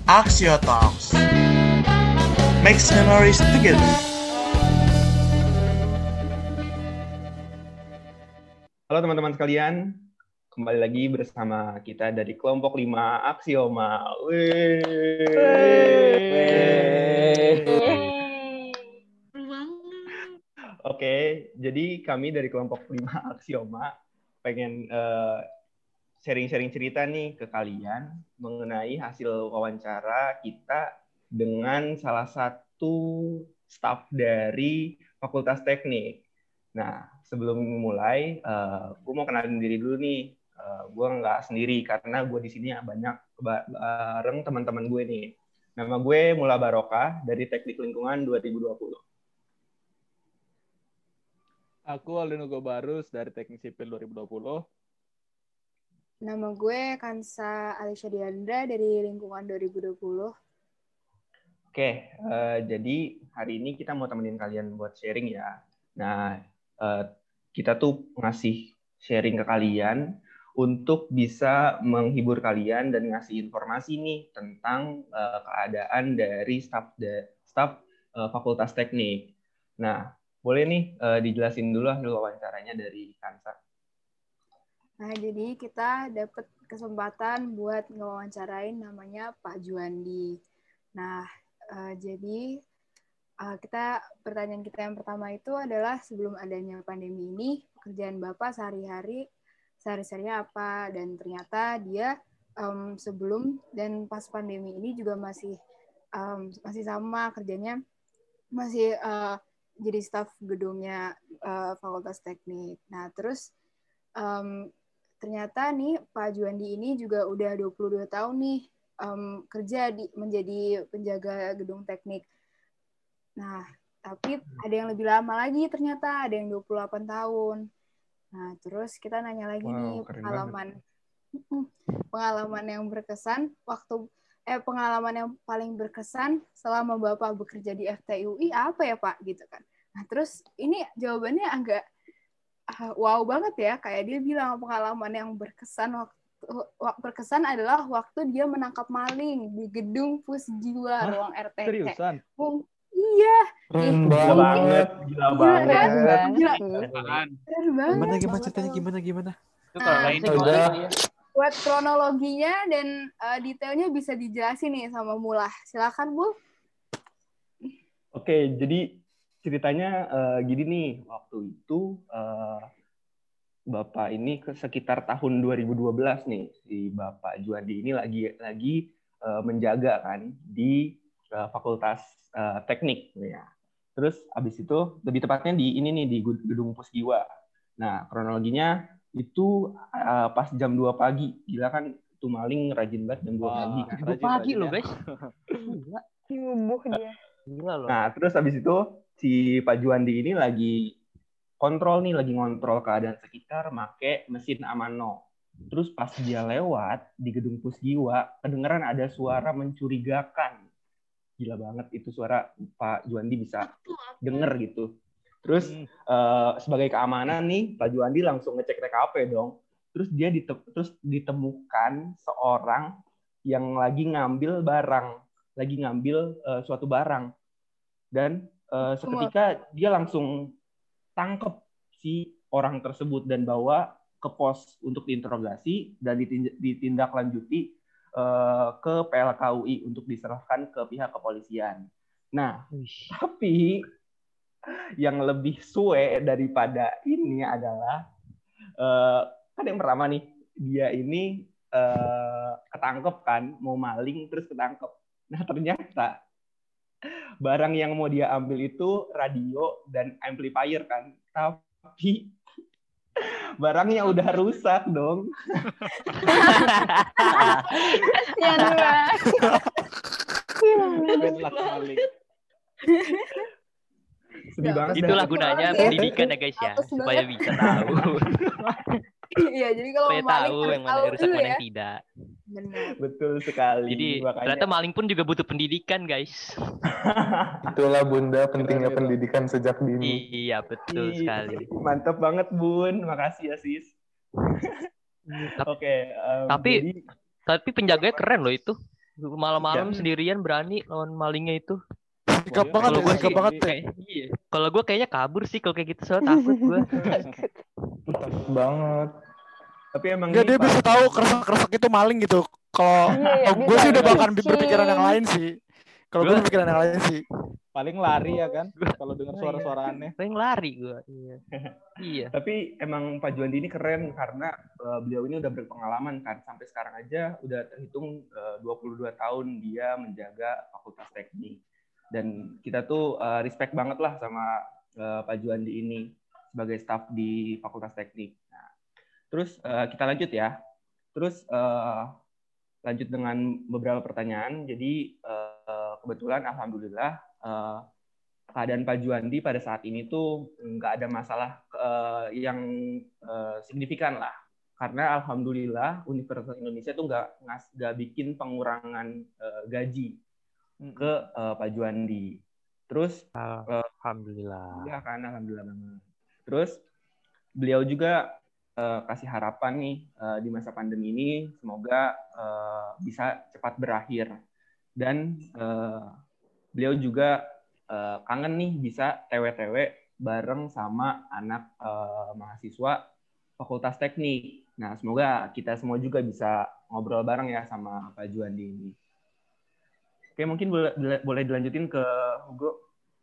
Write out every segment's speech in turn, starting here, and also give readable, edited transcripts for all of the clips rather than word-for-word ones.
Axio Talks. Makes memories together. Halo teman-teman sekalian, kembali lagi bersama kita dari kelompok 5 Aksioma. Oke, jadi kami dari kelompok 5 Aksioma pengen sharing-sharing cerita nih ke kalian mengenai hasil wawancara kita dengan salah satu staf dari Fakultas Teknik. Nah, sebelum mulai, gue mau kenalin diri dulu nih. Gue nggak sendiri karena gue di sini banyak bareng teman-teman gue nih. Nama gue Mula Barokah dari Teknik Lingkungan 2020. Aku Aldino Gobarus dari Teknik Sipil 2020. Nama gue Kansa Alisha Diandra dari Lingkungan 2020. Oke, jadi hari ini kita mau temenin kalian buat sharing ya. Nah, kita tuh ngasih sharing ke kalian untuk bisa menghibur kalian dan ngasih informasi nih tentang keadaan dari staf Fakultas Teknik. Nah, boleh nih dijelasin dulu wawancaranya dari Kansa. Nah, jadi kita dapat kesempatan buat ngewawancarain namanya Pak Juandi. Nah, jadi pertanyaan kita yang pertama itu adalah sebelum adanya pandemi ini, pekerjaan Bapak sehari-harinya apa? Dan ternyata dia sebelum dan pas pandemi ini juga masih sama kerjanya, masih jadi staf gedungnya Fakultas Teknik. Nah, terus ternyata nih Pak Juandi ini juga udah 22 tahun nih kerja menjadi penjaga gedung teknik. Nah, tapi ada yang lebih lama lagi ternyata, ada yang 28 tahun. Nah, terus kita nanya lagi nih pengalaman yang berkesan pengalaman yang paling berkesan selama Bapak bekerja di FTUI apa ya, Pak? Gitu kan. Nah, terus ini jawabannya agak wow banget ya, kayak dia bilang pengalaman yang berkesan adalah waktu dia menangkap maling di gedung Pusjiwa ruang RTT. Seriusan? Iya. Gila banget. Gimana ceritanya gimana? Itu kalau lain Udah. Buat kronologinya dan detailnya bisa dijelasin nih sama Mula. Silakan, Bu. Oke, jadi ceritanya gini nih, waktu itu Bapak ini sekitar tahun 2012 nih, si Bapak Juandi ini lagi menjaga kan di Fakultas Teknik ya. Terus abis itu lebih tepatnya di gedung Pusjiwa. Nah, kronologinya itu pas jam 2 pagi. Gila kan itu maling rajin banget jam 2 pagi kan. 2 pagi loh, guys. Nyubuh dia. Gila loh. Nah, terus habis itu si Pak Juandi ini lagi ngontrol keadaan sekitar make mesin Amano. Terus pas dia lewat di gedung Pusjiwa, kedengeran ada suara mencurigakan. Gila banget itu suara Pak Juandi bisa denger gitu. Terus sebagai keamanan nih, Pak Juandi langsung ngecek TKP dong. Terus dia ditemukan seorang yang lagi ngambil suatu barang. Dan seketika dia langsung tangkep si orang tersebut dan bawa ke pos untuk diinterogasi dan ditindaklanjuti ke PLKUI untuk diserahkan ke pihak kepolisian. Nah, tapi yang lebih suwe daripada ini adalah kan yang pertama nih, dia ini ketangkep kan, mau maling terus ketangkep. Nah, ternyata barang yang mau dia ambil itu radio dan amplifier kan, tapi barangnya udah rusak dong. Sedih banget. Itulah gunanya pendidikan ya guys ya, supaya bisa tahu. Iya, jadi kalau supaya maling tahu yang mana yang rusak mana yang tidak. Benar. Betul sekali. Jadi ternyata maling pun juga butuh pendidikan guys. Itulah Bunda pentingnya pendidikan sejak dini. Iya betul sekali. Mantap banget Bun, makasih ya sis. Oke. Tapi penjaganya keren loh itu. Malam-malam Iya. sendirian berani lawan malingnya itu. Sikap Iya. banget Kalau ya, gue sikap banget ya. Iya. Kalau gue kayaknya kabur sih kalau kayak gitu, soalnya takut gue. Banget. Tapi emang Enggak, ini dia bisa tahu keresek-keresek itu maling gitu. Kalau Iya, gue sih udah bisa bahkan kucing. berpikiran yang lain sih. Kalau gue Gua- berpikiran yang lain sih. Paling lari ya kan kalau dengar Oh, suara-suara aneh. Pengen lari gue. Iya. Iya. Tapi emang Pak Juandi ini keren karena beliau ini udah berpengalaman kan. Sampai sekarang aja udah terhitung 22 tahun dia menjaga Fakultas Teknik. Dan kita tuh respect banget lah sama Pak Juandi ini sebagai staf di Fakultas Teknik. Nah, terus kita lanjut ya. Terus lanjut dengan beberapa pertanyaan. Jadi kebetulan alhamdulillah keadaan Pak Juandi pada saat ini tuh nggak ada masalah yang signifikan lah. Karena alhamdulillah Universitas Indonesia tuh nggak bikin pengurangan gaji ke Pak Juandi. Terus Alhamdulillah. ya kan, alhamdulillah banget. Terus beliau juga kasih harapan nih di masa pandemi ini semoga bisa cepat berakhir. Dan beliau juga kangen nih bisa TW-TW bareng sama anak mahasiswa Fakultas Teknik. Nah, semoga kita semua juga bisa ngobrol bareng ya sama Pak Juandi ini. Oke, mungkin boleh dilanjutin ke Hugo.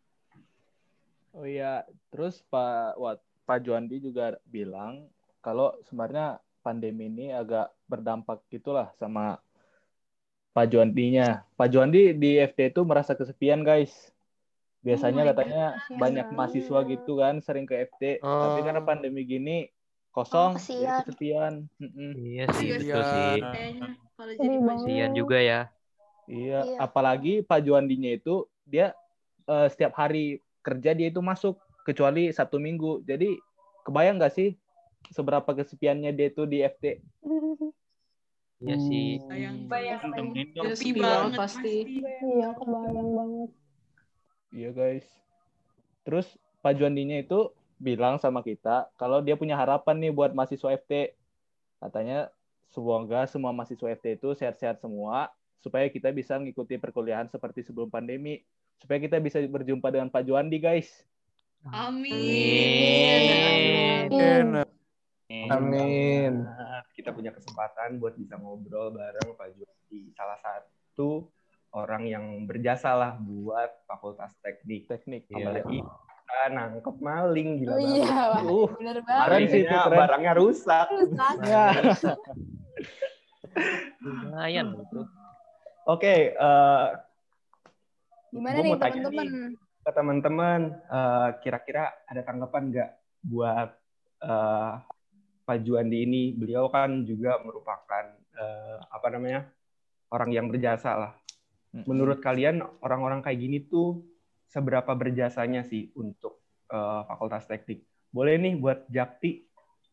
Oh iya, terus Pak Juandi juga bilang kalau sebenarnya pandemi ini agak berdampak gitulah sama Pak Juandinya. Pak Juandi di FT itu merasa kesepian, guys. Biasanya katanya banyak mahasiswa gitu kan sering ke FT, tapi karena pandemi gini kosong, jadi kesepian. Iya sih, betul Iya. sih. Kayaknya kalau jadi Sedih Kasian juga ya. Iya, Iya. apalagi Pak Juandinya itu dia setiap hari kerja dia itu masuk kecuali Sabtu Minggu. Jadi kebayang nggak sih seberapa kesepiannya dia itu di FT? Iya sih. bayang Sepi banget pasti. Iya, kebayang banget. Iya guys. Terus Pak Juandinya itu bilang sama kita kalau dia punya harapan nih buat mahasiswa FT. Katanya semoga semua mahasiswa FT itu sehat-sehat semua supaya kita bisa mengikuti perkuliahan seperti sebelum pandemi. Supaya kita bisa berjumpa dengan Pak Juandi, guys. Amin. Amin. Kita punya kesempatan buat bisa ngobrol bareng Pak Juandi. Salah satu orang yang berjasa lah buat Fakultas Teknik. Apalagi kita nangkep maling, gila banget. Iya, Wak. Bener banget. Keren sih itu, keren. Barangnya rusak. Ya. Lumayan gitu. Oke, Gimana gua nih mau tanya teman-teman? ke teman-teman, kira-kira ada tanggapan nggak buat Pak Juandi ini? Beliau kan juga merupakan orang yang berjasa lah. Menurut kalian orang-orang kayak gini tuh seberapa berjasanya sih untuk Fakultas Teknik? Boleh nih buat Jakti.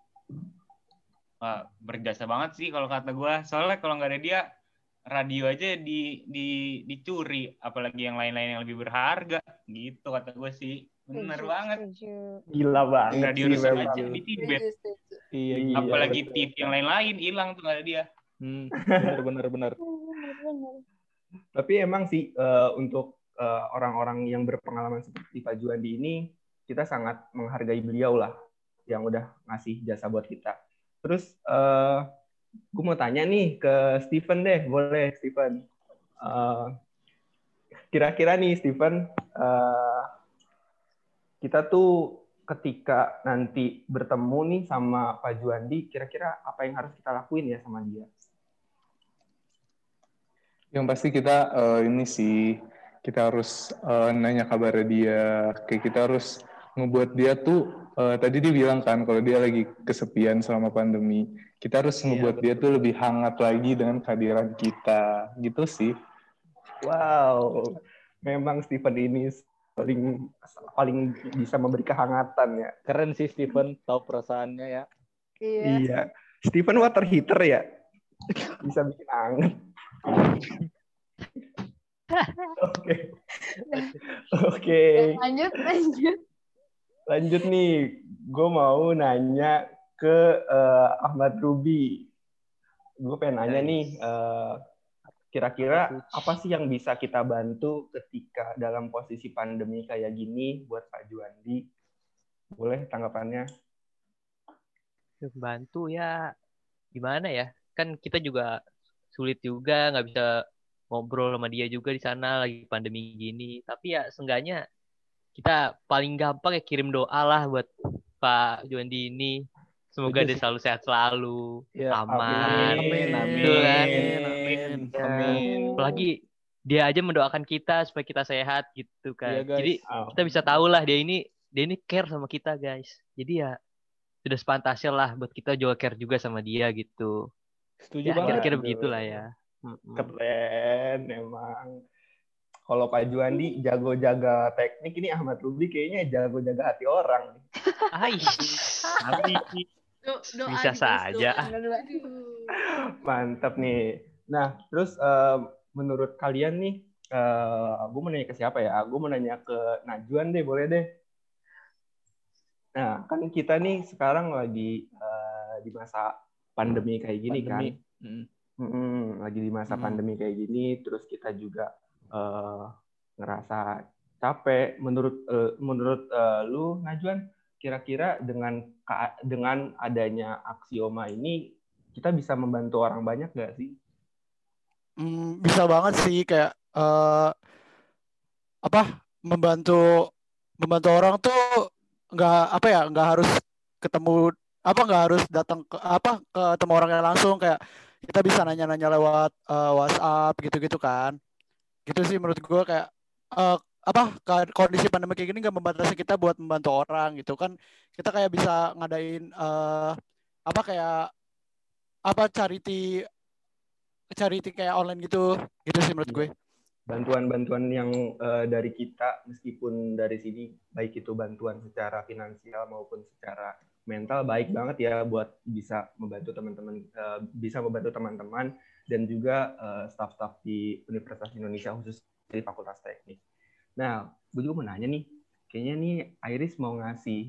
Berjasa banget sih kalau kata gue. Soalnya kalau nggak ada dia, radio aja dicuri, apalagi yang lain-lain yang lebih berharga gitu kata gue sih. Bener banget. Gila banget. Radio rusak aja di Tibet. Iya. Apalagi betul. TV yang lain-lain hilang tuh nggak ada dia. Bener. Tapi emang sih untuk orang-orang yang berpengalaman seperti Pak Juandi ini, kita sangat menghargai beliau lah yang udah ngasih jasa buat kita. Terus gue mau tanya nih ke Steven deh, boleh Steven? Kira-kira nih Steven, kita tuh ketika nanti bertemu nih sama Pak Juandi, kira-kira apa yang harus kita lakuin ya sama dia? Yang pasti kita ini sih, kita harus nanya kabar dia, kayak kita harus ngebuat dia tuh, tadi dia bilang kan kalau dia lagi kesepian selama pandemi, kita harus ngebuat dia tuh lebih hangat lagi dengan kehadiran kita, gitu sih. Wow, memang Steven ini paling bisa memberi kehangatan ya. Keren sih Steven, tahu perasaannya ya. Iya. Steven water heater ya, bisa bikin hangat. Oke. Lanjut nih, gue mau nanya ke Ahmad Ruby. Gue pengen nanya nih, Kira-kira apa sih yang bisa kita bantu ketika dalam posisi pandemi kayak gini buat Pak Juandi? Boleh tanggapannya? Bantu ya gimana ya? Kan kita juga sulit juga, nggak bisa ngobrol sama dia juga di sana lagi pandemi gini. Tapi ya seenggaknya kita paling gampang ya kirim doa lah buat Pak Juandi ini. Semoga dia selalu sehat selalu, aman. Betul kan? Apalagi dia aja mendoakan kita supaya kita sehat gitu kan. Jadi kita bisa tahu lah dia ini care sama kita guys. Jadi ya sudah sepantasnya lah buat kita juga care juga sama dia gitu. Setuju ya, banget. Kira-kira begitulah ya. Keren emang. Kalau Pak Juandi jago jaga teknik, ini Ahmad Ruby kayaknya jago jaga hati orang. Tapi bisa saja. Mantap nih. Nah, terus menurut kalian nih, gue mau nanya ke siapa ya? Gue mau nanya ke Najwan deh, boleh deh. Nah, kan kita nih sekarang lagi di masa pandemi kayak gini kan. Lagi di masa pandemi kayak gini, terus kita juga ngerasa capek. Menurut lu, Najwan, kira-kira dengan adanya Axioma ini, kita bisa membantu orang banyak nggak sih? Bisa banget sih, kayak membantu orang tuh nggak harus ketemu nggak harus datang ke ketemu orangnya langsung, kayak kita bisa nanya-nanya lewat WhatsApp gitu-gitu kan. Gitu sih menurut gue, kayak kondisi pandemi kayak gini nggak membatasi kita buat membantu orang gitu kan. Kita kayak bisa ngadain charity kayak online gitu sih menurut gue. Bantuan-bantuan yang dari kita, meskipun dari sini, baik itu bantuan secara finansial maupun secara mental, baik banget ya buat bisa membantu teman-teman, dan juga staf-staf di Universitas Indonesia, khusus di Fakultas Teknik. Nah, gue juga mau nanya nih, kayaknya nih Iris mau ngasih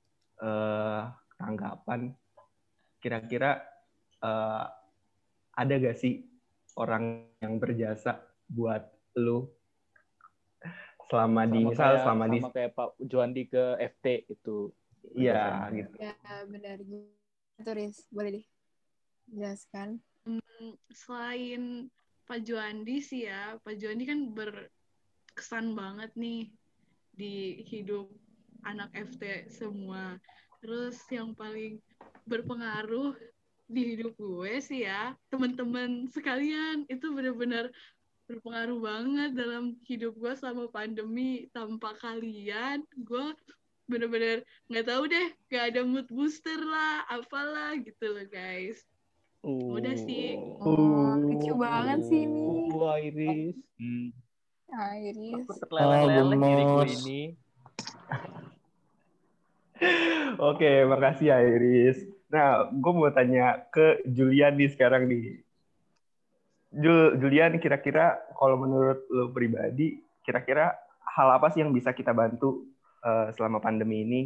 tanggapan, kira-kira ada gak sih orang yang berjasa buat lu selama kayak Pak Juandi ke FT itu. Iya gitu. Ya benar. Turis, boleh deh jelaskan. Selain Pak Juandi sih ya, Pak Juandi kan berkesan banget nih di hidup anak FT semua. Terus yang paling berpengaruh di hidup gue sih ya, teman-teman sekalian, itu benar-benar berpengaruh banget dalam hidup gue selama pandemi. Tanpa kalian, gue bener-bener nggak tahu deh, nggak ada mood booster lah, apalah gitu loh guys. Udah sih. Lucu banget sih ini. Iris. Iris. Terleleh-leleh diriku ini. Oke, makasih ya Iris. Nah, gue mau tanya ke Julian nih sekarang nih. Julian, kira-kira kalau menurut lo pribadi, kira-kira hal apa sih yang bisa kita bantu selama pandemi ini?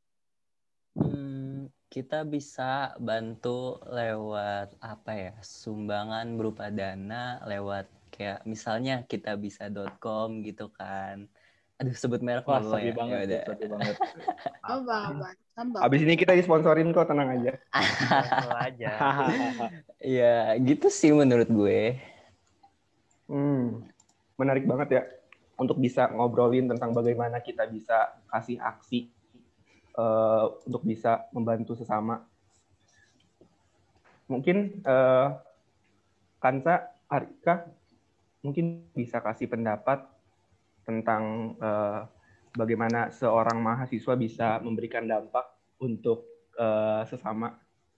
Kita bisa bantu lewat sumbangan berupa dana, lewat kayak misalnya kitabisa.com gitu kan. Aduh, sebut merek nggak boleh ya? Banget. Abis ini kita disponsorin kok, tenang aja. Ya, gitu sih menurut gue. Menarik banget ya untuk bisa ngobrolin tentang bagaimana kita bisa kasih aksi untuk bisa membantu sesama. Mungkin Kansa, Arika mungkin bisa kasih pendapat tentang bagaimana seorang mahasiswa bisa memberikan dampak untuk sesama.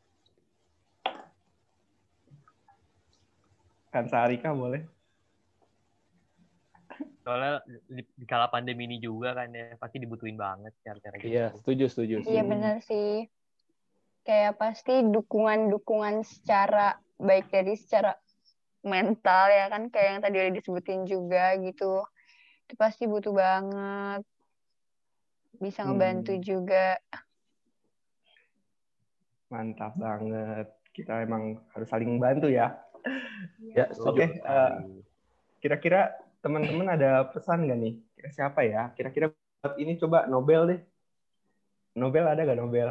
Kansa, Arika boleh? Soalnya di kala pandemi ini juga kan ya, pasti dibutuhin banget cara-cara gitu. Iya, setuju. Iya benar sih. Kayak pasti dukungan secara baik dari secara mental ya kan, kayak yang tadi udah disebutin juga gitu. Itu pasti butuh banget. Bisa ngebantu juga. Mantap banget. Kita emang harus saling membantu ya. Ya, setuju. oke. Kira-kira teman-teman ada pesan nggak nih? Kira siapa ya? Kira-kira buat ini coba Nobel deh. Nobel ada nggak Nobel?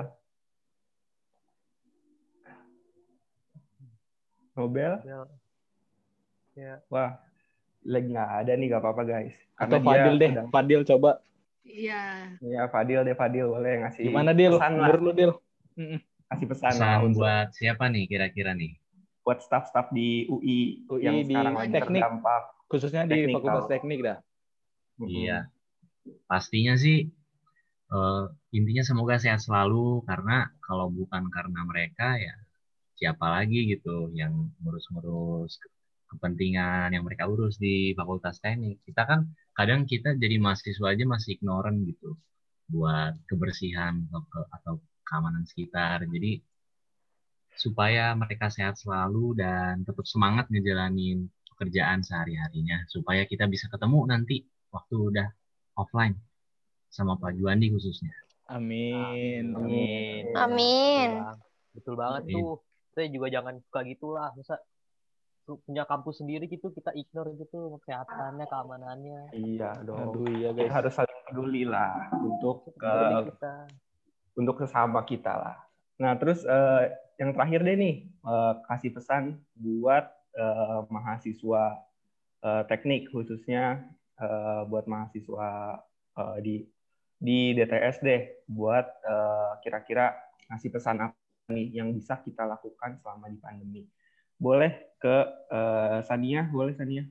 Nobel? Ya. Wah, lagi nggak ada nih, nggak apa-apa guys. Atau Karena dia Fadil deh, sedang- Fadil coba. Iya. Ya, Fadil boleh ngasih Gimana Dil? pesan lah. Menurut lu Dil? Kasih pesan lah Pesan untuk buat siapa nih kira-kira nih? buat staff-staff di UI, yang di sekarang lagi teknik, terdampak. khususnya di Teknikal. Fakultas Teknik dah. Iya. Pastinya sih intinya semoga sehat selalu, karena kalau bukan karena mereka ya siapa lagi gitu yang ngurus-ngurus kepentingan yang mereka urus di Fakultas Teknik. Kita kan kadang kita jadi mahasiswa aja masih ignorant gitu buat kebersihan atau keamanan sekitar. Jadi supaya mereka sehat selalu dan tetap semangat ngejalanin pekerjaan sehari-harinya, supaya kita bisa ketemu nanti waktu udah offline sama Pak Juandi khususnya. Amin. Amin. Betul banget tuh. Saya juga jangan suka gitulah. Masa punya kampus sendiri gitu kita ignore gitu kesehatannya, keamanannya. Iya dong. Aduh iya Kita guys. harus saling peduli lah untuk untuk sesama kita lah. Nah, terus yang terakhir deh nih, kasih pesan buat mahasiswa teknik, khususnya buat mahasiswa di DTS deh, buat kira-kira ngasih pesan apa nih yang bisa kita lakukan selama di pandemi. Boleh ke Sania, boleh Sania?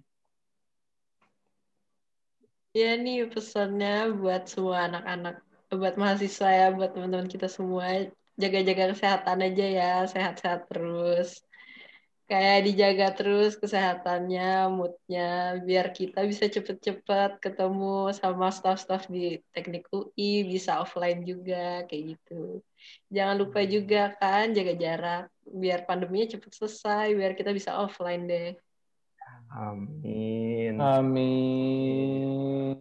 Ya nih pesannya buat semua anak-anak, buat mahasiswa ya, buat teman-teman kita semua, jaga-jaga kesehatan aja ya, sehat-sehat terus. Kayak dijaga terus kesehatannya, moodnya, biar kita bisa cepet-cepet ketemu sama staff-staff di Teknik UI, bisa offline juga, kayak gitu. Jangan lupa juga kan, jaga jarak, biar pandeminya cepet selesai, biar kita bisa offline deh. Amin. Amin.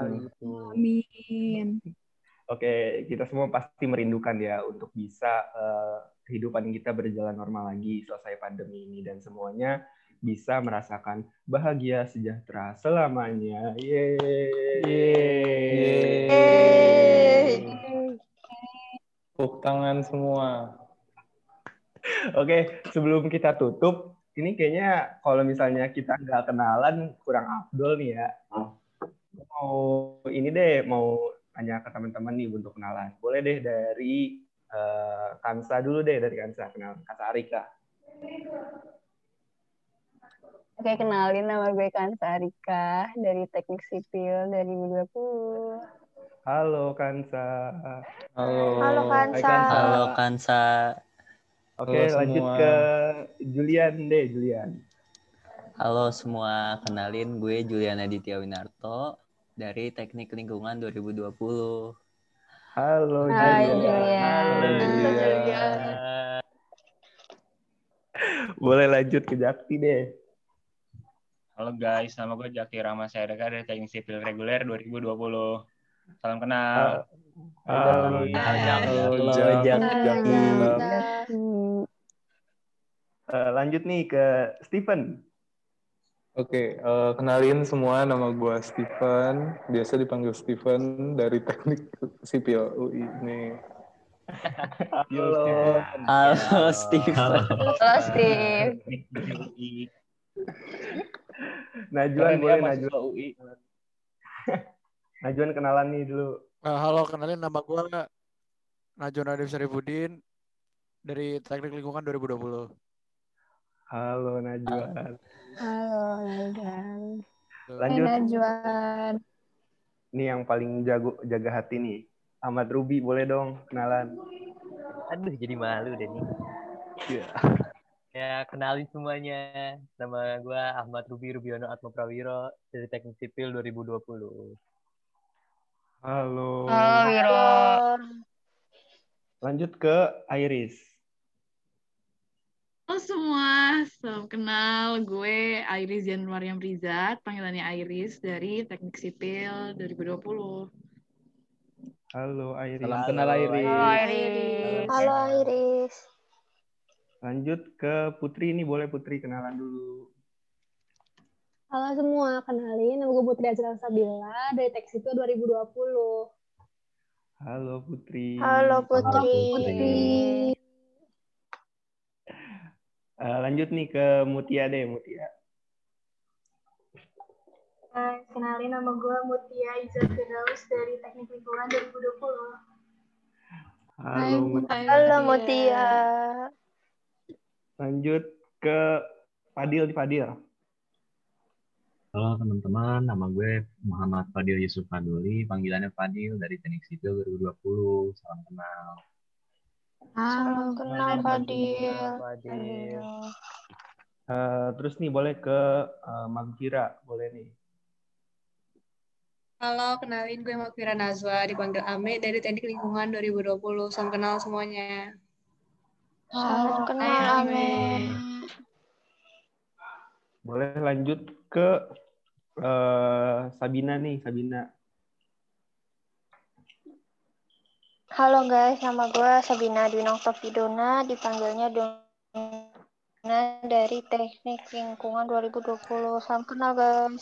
Amin. Oke, kita semua pasti merindukan ya untuk bisa kehidupan kita berjalan normal lagi selesai pandemi ini, dan semuanya bisa merasakan bahagia sejahtera selamanya. Yeay. Tepuk tangan semua. Oke, sebelum kita tutup, ini kayaknya kalau misalnya kita nggak kenalan kurang afdol nih ya. Mau tanya ke teman-teman nih untuk kenalan. Boleh deh dari Kansa dulu deh, dari Kansa. Kenalan Kansa Arika. Oke, kenalin nama gue Kansa Arika dari Teknik Sipil 2020. Halo Kansa. Halo Kansa. Halo Kansa. Oke, lanjut ke Julian deh, Julian. Halo semua, kenalin gue Julian Aditya Winarto dari Teknik Lingkungan 2020. Halo Julian. Boleh lanjut ke Jakti deh. Halo guys, nama gue Jakti Rama Syarika dari Teknik Sipil Reguler 2020. Salam kenal. Halo Jakti. Lanjut nih ke Stephen. Oke, kenalin semua, nama gue Stephen, biasa dipanggil Stephen dari Teknik Sipil UI nih. Halo Stephen. Halo Steve. Najwan boleh Najwan UI. Najwan kenalan nih dulu. Halo, kenalin nama gue Najwan Adif Sarifudin dari Teknik Lingkungan 2020. Halo Najwan. Halo Najwan. Lanjut. Hai Najwan. Ini yang paling jaga hati nih. Ahmad Ruby, boleh dong kenalan. Aduh, jadi malu deh nih. Ya, kenalin semuanya. Nama gue Ahmad Ruby Rubiono Atma Prawiro dari Teknik Sipil 2020. Halo. Halo Wiro. Lanjut ke Iris. Halo semua, salam kenal. Gue Iris Januariam Rizat, panggilannya Iris dari Teknik Sipil 2020. Halo Iris. Salam kenal Iris. Halo Iris. Halo Iris. Lanjut ke Putri, ini boleh Putri kenalan dulu. Halo semua, kenalin nama gue Putri Azra Sabila dari Tech Sipil 2020. Halo Putri. Halo Putri. Lanjut nih ke Mutia deh, Mutia. Kenalin nama gue Mutia Iza Firdaus dari Teknik Lingkungan 2020. Halo Mutia. Halo Mutia. Lanjut ke Fadil. Halo teman-teman, nama gue Muhammad Fadil Yusuf Faduli, panggilannya Fadil dari Teknik Sipil 2020. Salam kenal. Salam kenal Fadil. Terus nih boleh ke Magfira, boleh nih. Halo, kenalin gue Magfira Nazwa, dipanggil Ame dari Teknik Lingkungan 2020. Salam kenal semuanya. Salam kenal Ame. Boleh lanjut ke Sabina nih, Sabina. Halo guys, nama gue Sabina Dwi Noktofidona, dipanggilnya Dona dari Teknik Lingkungan 2020. Salam kenal guys.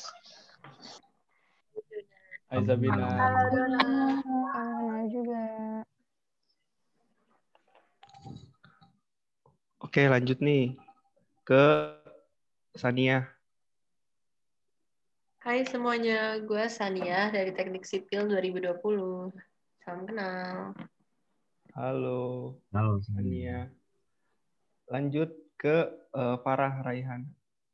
Hai Sabina. Halo Dona. Kenal juga. Oke, lanjut nih ke Sania. Hai semuanya, gue Sania dari Teknik Sipil 2020. Salam kenal. Halo. Halo Sania. Lanjut ke Farah Raihan.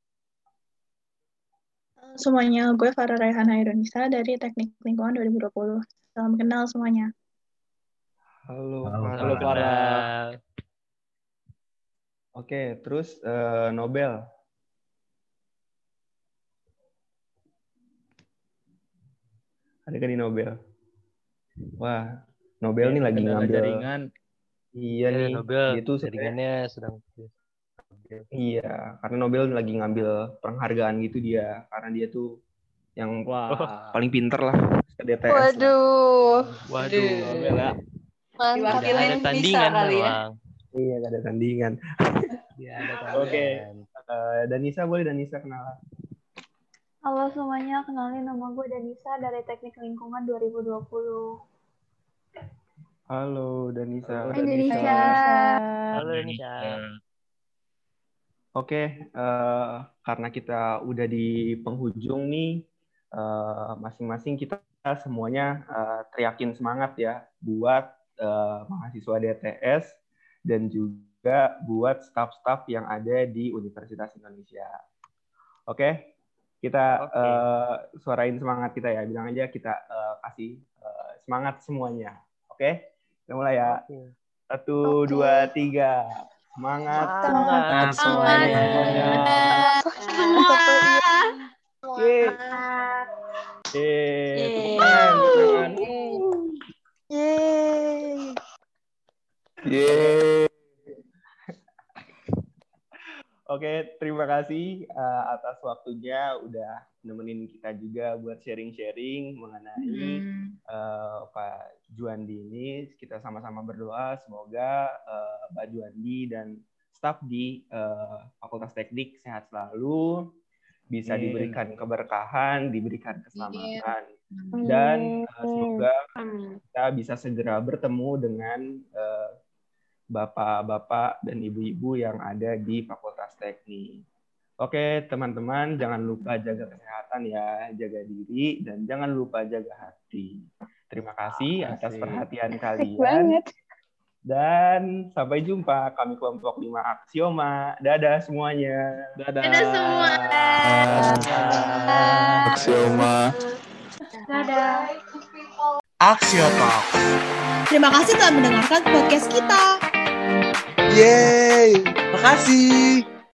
Semuanya, gue Farah Raihana Ironisa dari Teknik Lingkungan 2020. Salam kenal semuanya. Halo Halo Farah. Oke, terus Nobel. Ada kan di Nobel? Wah, Nobel nih lagi ngambil jaringan. Iya nih, Nobel dia tuh jaringannya sedang. Iya, karena Nobel lagi ngambil penghargaan gitu dia, karena dia tuh yang paling pinter lah DTS. Waduh. Nobel ya. Mantap. Ada tandingan kali ya. memang. Iya, gak ada tandingan. Iya, ada tandingan. Oke, Danisa boleh Danisa kenalan. Halo semuanya, kenalin nama gue Danisa dari Teknik Lingkungan 2020. Halo Danisa. Hai Danisa. Halo Danisa. Oke, karena kita udah di penghujung nih, masing-masing kita semuanya teriakin semangat ya buat mahasiswa DTS dan juga buat staf-staf yang ada di Universitas Indonesia. Oke, kita suarain semangat kita ya, bilang aja kita kasih semangat semuanya. Oke, kita mulai ya. 1, 2, 3. Semangat semuanya. Oke, terima kasih atas waktunya udah nemenin kita juga buat sharing-sharing mengenai Pak Juandi ini. Kita sama-sama berdoa semoga Pak Juandi dan staf di Fakultas Teknik sehat selalu, bisa diberikan keberkahan, diberikan keselamatan, dan semoga kita bisa segera bertemu dengan bapak-bapak dan ibu-ibu yang ada di Fakultas Teknik. Oke, teman-teman, jangan lupa jaga kesehatan ya, jaga diri, dan jangan lupa jaga hati. Terima kasih atas perhatian kalian. Dan sampai jumpa, kami kelompok 5 Aksioma. Dadah semuanya. Dadah. Dadah semua. Aksioma. Dadah. Aksioma. Terima kasih telah mendengarkan podcast kita. Yeay, makasih.